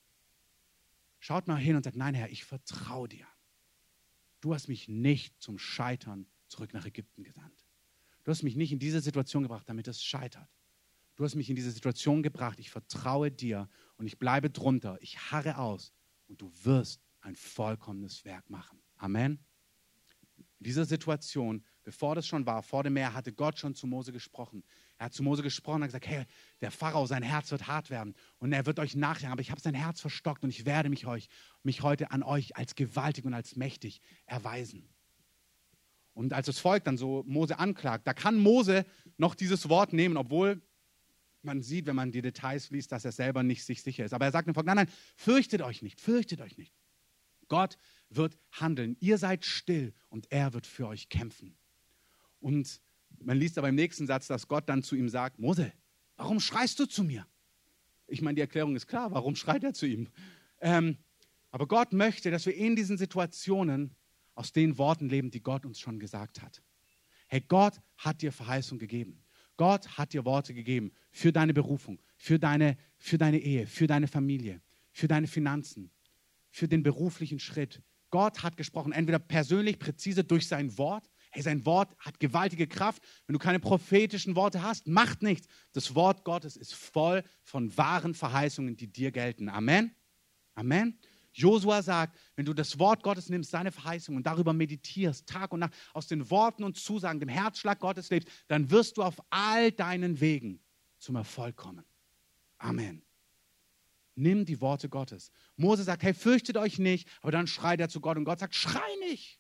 Schaut mal hin und sagt, nein Herr, ich vertraue dir. Du hast mich nicht zum Scheitern zurück nach Ägypten gesandt. Du hast mich nicht in diese Situation gebracht, damit es scheitert. Du hast mich in diese Situation gebracht, ich vertraue dir und ich bleibe drunter, ich harre aus und du wirst ein vollkommenes Werk machen. Amen. In dieser Situation, bevor das schon war, vor dem Meer, hatte Gott schon zu Mose gesprochen. Er hat zu Mose gesprochen und hat gesagt, hey, der Pharao, sein Herz wird hart werden und er wird euch nachjagen, aber ich habe sein Herz verstockt und ich werde mich heute an euch als gewaltig und als mächtig erweisen. Und als das Volk dann so Mose anklagt, da kann Mose noch dieses Wort nehmen, obwohl man sieht, wenn man die Details liest, dass er selber nicht sich sicher ist. Aber er sagt dem Volk, nein, fürchtet euch nicht, fürchtet euch nicht. Gott wird handeln. Ihr seid still und er wird für euch kämpfen. Und man liest aber im nächsten Satz, dass Gott dann zu ihm sagt, Mose, warum schreist du zu mir? Ich meine, die Erklärung ist klar, warum schreit er zu ihm? Aber Gott möchte, dass wir in diesen Situationen aus den Worten leben, die Gott uns schon gesagt hat. Hey, Gott hat dir Verheißung gegeben. Gott hat dir Worte gegeben für deine Berufung, für deine Ehe, für deine Familie, für deine Finanzen, für den beruflichen Schritt. Gott hat gesprochen, entweder persönlich, präzise durch sein Wort. Hey, sein Wort hat gewaltige Kraft. Wenn du keine prophetischen Worte hast, macht nichts. Das Wort Gottes ist voll von wahren Verheißungen, die dir gelten. Amen. Amen. Josua sagt, wenn du das Wort Gottes nimmst, seine Verheißung und darüber meditierst, Tag und Nacht, aus den Worten und Zusagen, dem Herzschlag Gottes lebst, dann wirst du auf all deinen Wegen zum Erfolg kommen. Amen. Nimm die Worte Gottes. Mose sagt, hey, fürchtet euch nicht, aber dann schreit er zu Gott und Gott sagt, schrei nicht.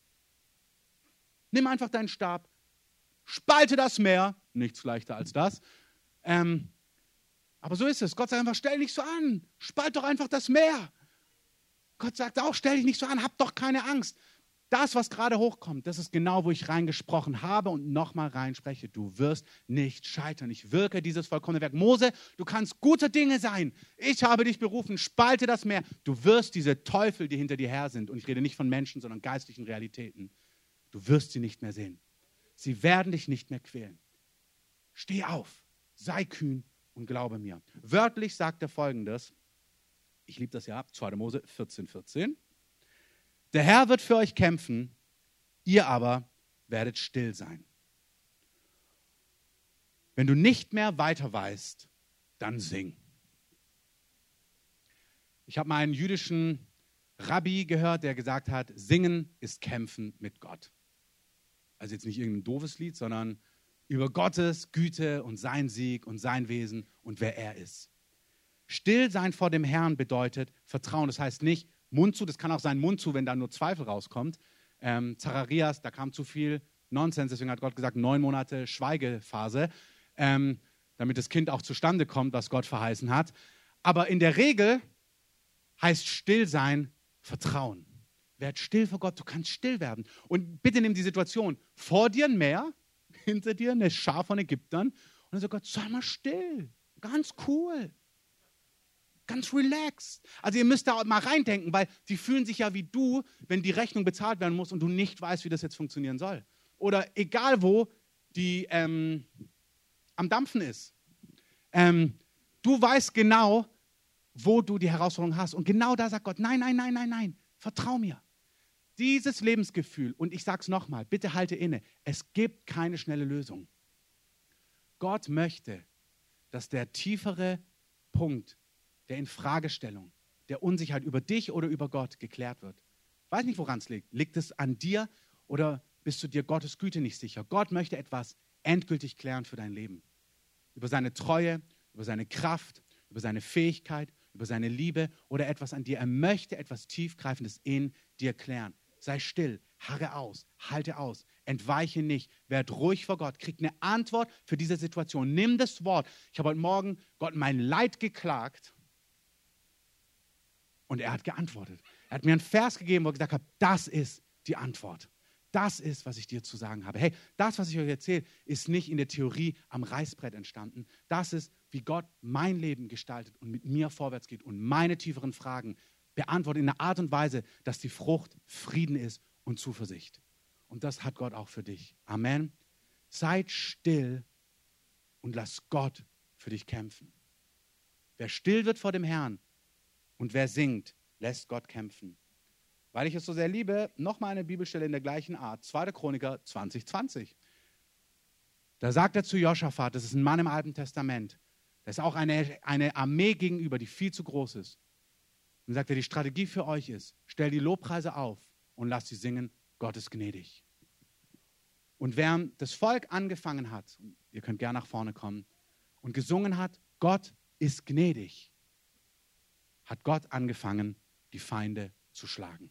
Nimm einfach deinen Stab, spalte das Meer, nichts leichter als das. Aber so ist es. Gott sagt einfach, stell dich nicht so an, spalt doch einfach das Meer. Gott sagt auch, stell dich nicht so an, hab doch keine Angst. Das, was gerade hochkommt, das ist genau, wo ich reingesprochen habe und nochmal reinspreche. Du wirst nicht scheitern. Ich wirke dieses vollkommene Werk. Mose, du kannst gute Dinge sein. Ich habe dich berufen, spalte das Meer. Du wirst diese Teufel, die hinter dir her sind, und ich rede nicht von Menschen, sondern geistlichen Realitäten, du wirst sie nicht mehr sehen. Sie werden dich nicht mehr quälen. Steh auf, sei kühn und glaube mir. Wörtlich sagt er Folgendes. Ich liebe das ja, 2. Mose 14,14. Der Herr wird für euch kämpfen, ihr aber werdet still sein. Wenn du nicht mehr weiter weißt, dann sing. Ich habe mal einen jüdischen Rabbi gehört, der gesagt hat, Singen ist Kämpfen mit Gott. Also jetzt nicht irgendein doofes Lied, sondern über Gottes Güte und sein Sieg und sein Wesen und wer er ist. Still sein vor dem Herrn bedeutet Vertrauen. Das heißt nicht Mund zu, das kann auch sein Mund zu, wenn da nur Zweifel rauskommt. Zacharias, da kam zu viel Nonsens, deswegen hat Gott gesagt, 9 Monate Schweigephase, damit das Kind auch zustande kommt, was Gott verheißen hat. Aber in der Regel heißt still sein Vertrauen. Werd still vor Gott, du kannst still werden. Und bitte nimm die Situation, vor dir ein Meer, hinter dir eine Schar von Ägyptern. Und dann sagt Gott, sei mal still, ganz cool. Ganz relaxed. Also ihr müsst da mal reindenken, weil die fühlen sich ja wie du, wenn die Rechnung bezahlt werden muss und du nicht weißt, wie das jetzt funktionieren soll. Oder egal wo die am Dampfen ist. Du weißt genau, wo du die Herausforderung hast. Und genau da sagt Gott, nein, vertrau mir. Dieses Lebensgefühl, und ich sage es nochmal, bitte halte inne, es gibt keine schnelle Lösung. Gott möchte, dass der tiefere Punkt der Infragestellung, der Unsicherheit über dich oder über Gott geklärt wird. Ich weiß nicht, woran es liegt. Liegt es an dir oder bist du dir Gottes Güte nicht sicher? Gott möchte etwas endgültig klären für dein Leben. Über seine Treue, über seine Kraft, über seine Fähigkeit, über seine Liebe oder etwas an dir. Er möchte etwas Tiefgreifendes in dir klären. Sei still, harre aus, halte aus. entweiche nicht. Werd ruhig vor Gott, krieg eine Antwort für diese Situation. Nimm das Wort. Ich habe heute Morgen Gott mein Leid geklagt und er hat geantwortet. Er hat mir einen Vers gegeben, wo er gesagt hat, das ist die Antwort. Das ist, was ich dir zu sagen habe. Hey, das, was ich euch erzähle, ist nicht in der Theorie am Reißbrett entstanden. Das ist, wie Gott mein Leben gestaltet und mit mir vorwärts geht und meine tieferen Fragen beantwortet in einer Art und Weise, dass die Frucht Frieden ist und Zuversicht. Und das hat Gott auch für dich. Amen. Seid still und lass Gott für dich kämpfen. Wer still wird vor dem Herrn und wer singt, lässt Gott kämpfen. Weil ich es so sehr liebe, nochmal eine Bibelstelle in der gleichen Art. 2. Chroniker 20,20. Da sagt er zu Josaphat, das ist ein Mann im Alten Testament, das ist auch eine Armee gegenüber, die viel zu groß ist. Und sagt er, die Strategie für euch ist, stell die Lobpreise auf und lasst sie singen, Gott ist gnädig. Und während das Volk angefangen hat, ihr könnt gerne nach vorne kommen, und gesungen hat, Gott ist gnädig, hat Gott angefangen, die Feinde zu schlagen.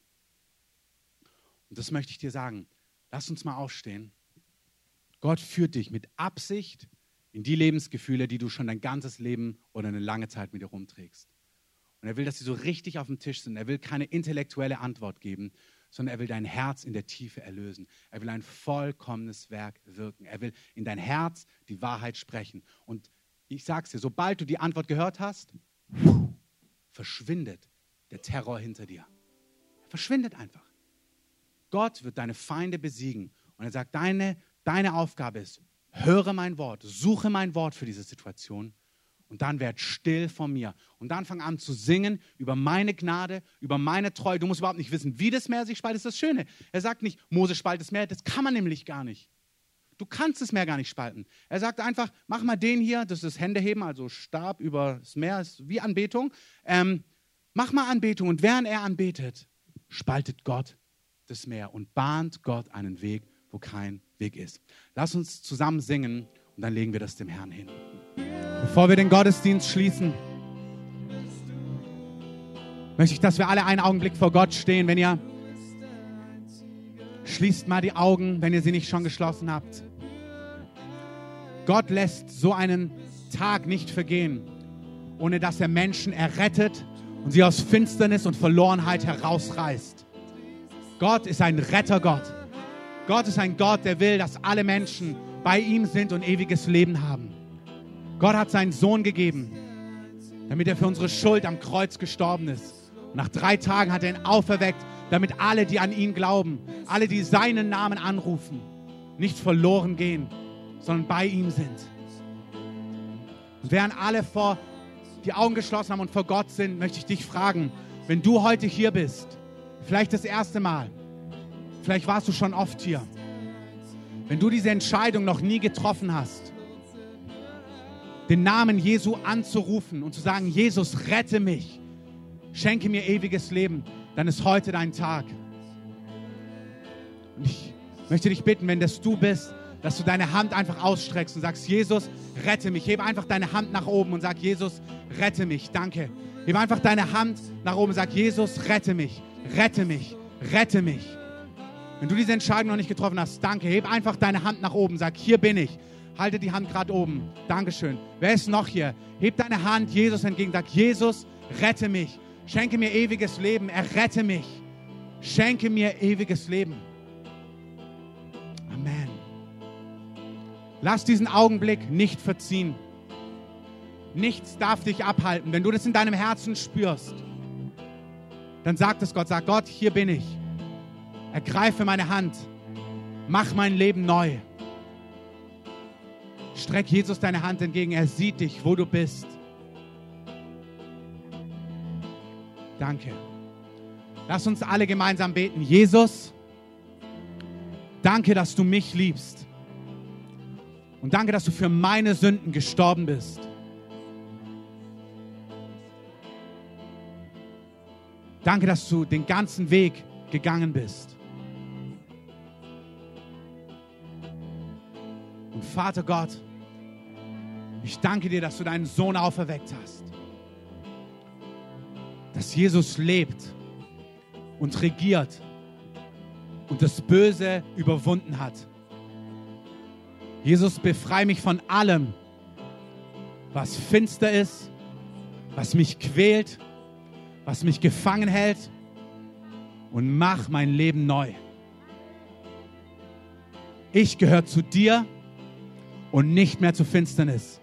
Und das möchte ich dir sagen. Lass uns mal aufstehen. Gott führt dich mit Absicht in die Lebensgefühle, die du schon dein ganzes Leben oder eine lange Zeit mit dir rumträgst. Und er will, dass sie so richtig auf dem Tisch sind. Er will keine intellektuelle Antwort geben, sondern er will dein Herz in der Tiefe erlösen. Er will ein vollkommenes Werk wirken. Er will in dein Herz die Wahrheit sprechen. Und ich sag's dir, sobald du die Antwort gehört hast, verschwindet der Terror hinter dir. Er verschwindet einfach. Gott wird deine Feinde besiegen. Und er sagt, deine Aufgabe ist, höre mein Wort, suche mein Wort für diese Situation und dann werd still vor mir. Und dann fang an zu singen über meine Gnade, über meine Treue. Du musst überhaupt nicht wissen, wie das Meer sich spaltet. Das ist das Schöne. Er sagt nicht, Mose spaltet das Meer. Das kann man nämlich gar nicht. Du kannst das Meer gar nicht spalten. Er sagt einfach, mach mal den hier, das ist Händeheben, also Stab über das Meer, ist wie Anbetung. Mach mal Anbetung und während er anbetet, spaltet Gott das Meer und bahnt Gott einen Weg, wo kein Weg ist. Lass uns zusammen singen und dann legen wir das dem Herrn hin. Bevor wir den Gottesdienst schließen, möchte ich, dass wir alle einen Augenblick vor Gott stehen. Wenn ihr schließt mal die Augen, wenn ihr sie nicht schon geschlossen habt. Gott lässt so einen Tag nicht vergehen, ohne dass er Menschen errettet und sie aus Finsternis und Verlorenheit herausreißt. Gott ist ein Rettergott. Gott ist ein Gott, der will, dass alle Menschen bei ihm sind und ewiges Leben haben. Gott hat seinen Sohn gegeben, damit er für unsere Schuld am Kreuz gestorben ist. Und nach 3 Tagen hat er ihn auferweckt, damit alle, die an ihn glauben, alle, die seinen Namen anrufen, nicht verloren gehen, sondern bei ihm sind. Und während alle die Augen geschlossen haben und vor Gott sind, möchte ich dich fragen, wenn du heute hier bist, vielleicht das erste Mal, vielleicht warst du schon oft hier, wenn du diese Entscheidung noch nie getroffen hast, den Namen Jesu anzurufen und zu sagen, Jesus, rette mich, schenke mir ewiges Leben, dann ist heute dein Tag. Und ich möchte dich bitten, wenn das du bist, dass du deine Hand einfach ausstreckst und sagst, Jesus, rette mich. Hebe einfach deine Hand nach oben und sag, Jesus, rette mich. Danke. Hebe einfach deine Hand nach oben und sag, Jesus, rette mich. Rette mich. Rette mich. Wenn du diese Entscheidung noch nicht getroffen hast, danke. Hebe einfach deine Hand nach oben. Sag, hier bin ich. Halte die Hand gerade oben. Dankeschön. Wer ist noch hier? Heb deine Hand Jesus entgegen. Sag, Jesus, rette mich. Schenke mir ewiges Leben. Errette mich. Schenke mir ewiges Leben. Amen. Lass diesen Augenblick nicht verziehen. Nichts darf dich abhalten. Wenn du das in deinem Herzen spürst, dann sagt es Gott. Sag Gott, hier bin ich. Ergreife meine Hand. Mach mein Leben neu. Streck Jesus deine Hand entgegen. Er sieht dich, wo du bist. Danke. Lass uns alle gemeinsam beten. Jesus, danke, dass du mich liebst. Und danke, dass du für meine Sünden gestorben bist. Danke, dass du den ganzen Weg gegangen bist. Und Vater Gott, ich danke dir, dass du deinen Sohn auferweckt hast. Dass Jesus lebt und regiert und das Böse überwunden hat. Jesus, befreie mich von allem, was finster ist, was mich quält, was mich gefangen hält, und mach mein Leben neu. Ich gehöre zu dir und nicht mehr zur Finsternis.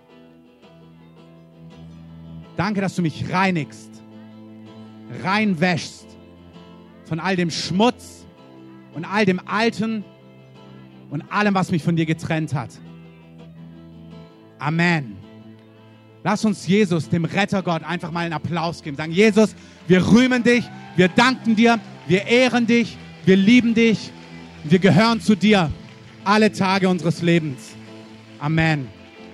Danke, dass du mich reinigst, reinwäschst von all dem Schmutz und all dem Alten und allem, was mich von dir getrennt hat. Amen. Lass uns Jesus, dem Rettergott, einfach mal einen Applaus geben. Sagen, Jesus, wir rühmen dich, wir danken dir, wir ehren dich, wir lieben dich, wir gehören zu dir alle Tage unseres Lebens. Amen.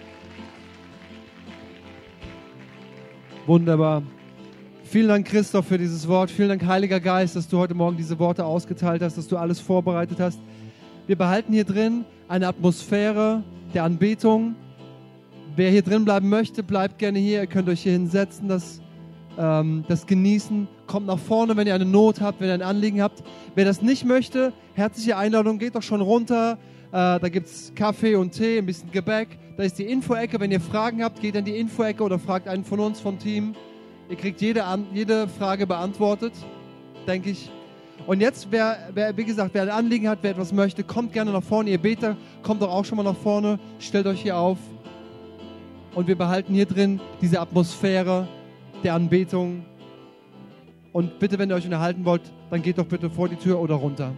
Wunderbar. Vielen Dank, Christoph, für dieses Wort. Vielen Dank, Heiliger Geist, dass du heute Morgen diese Worte ausgeteilt hast, dass du alles vorbereitet hast. Wir behalten hier drin eine Atmosphäre der Anbetung. Wer hier drin bleiben möchte, bleibt gerne hier. Ihr könnt euch hier hinsetzen, das genießen. Kommt nach vorne, wenn ihr eine Not habt, wenn ihr ein Anliegen habt. Wer das nicht möchte, herzliche Einladung, geht doch schon runter. Da gibt es Kaffee und Tee, ein bisschen Gebäck. Da ist die Info-Ecke. Wenn ihr Fragen habt, geht an die Info-Ecke oder fragt einen von uns vom Team. Ihr kriegt jede Frage beantwortet, denke ich. Und jetzt, wie gesagt, wer ein Anliegen hat, wer etwas möchte, kommt gerne nach vorne. Ihr Beter, kommt doch auch schon mal nach vorne. Stellt euch hier auf. Und wir behalten hier drin diese Atmosphäre der Anbetung. Und bitte, wenn ihr euch unterhalten wollt, dann geht doch bitte vor die Tür oder runter.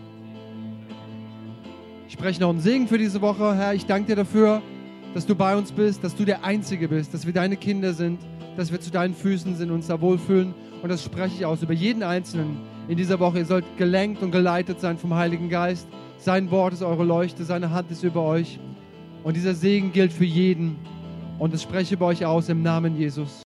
Ich spreche noch einen Segen für diese Woche. Herr, ich danke dir dafür, dass du bei uns bist, dass du der Einzige bist, dass wir deine Kinder sind, dass wir zu deinen Füßen sind und uns da wohlfühlen. Und das spreche ich aus über jeden Einzelnen in dieser Woche. Ihr sollt gelenkt und geleitet sein vom Heiligen Geist. Sein Wort ist eure Leuchte, seine Hand ist über euch. Und dieser Segen gilt für jeden. Und das spreche ich über euch aus im Namen Jesus.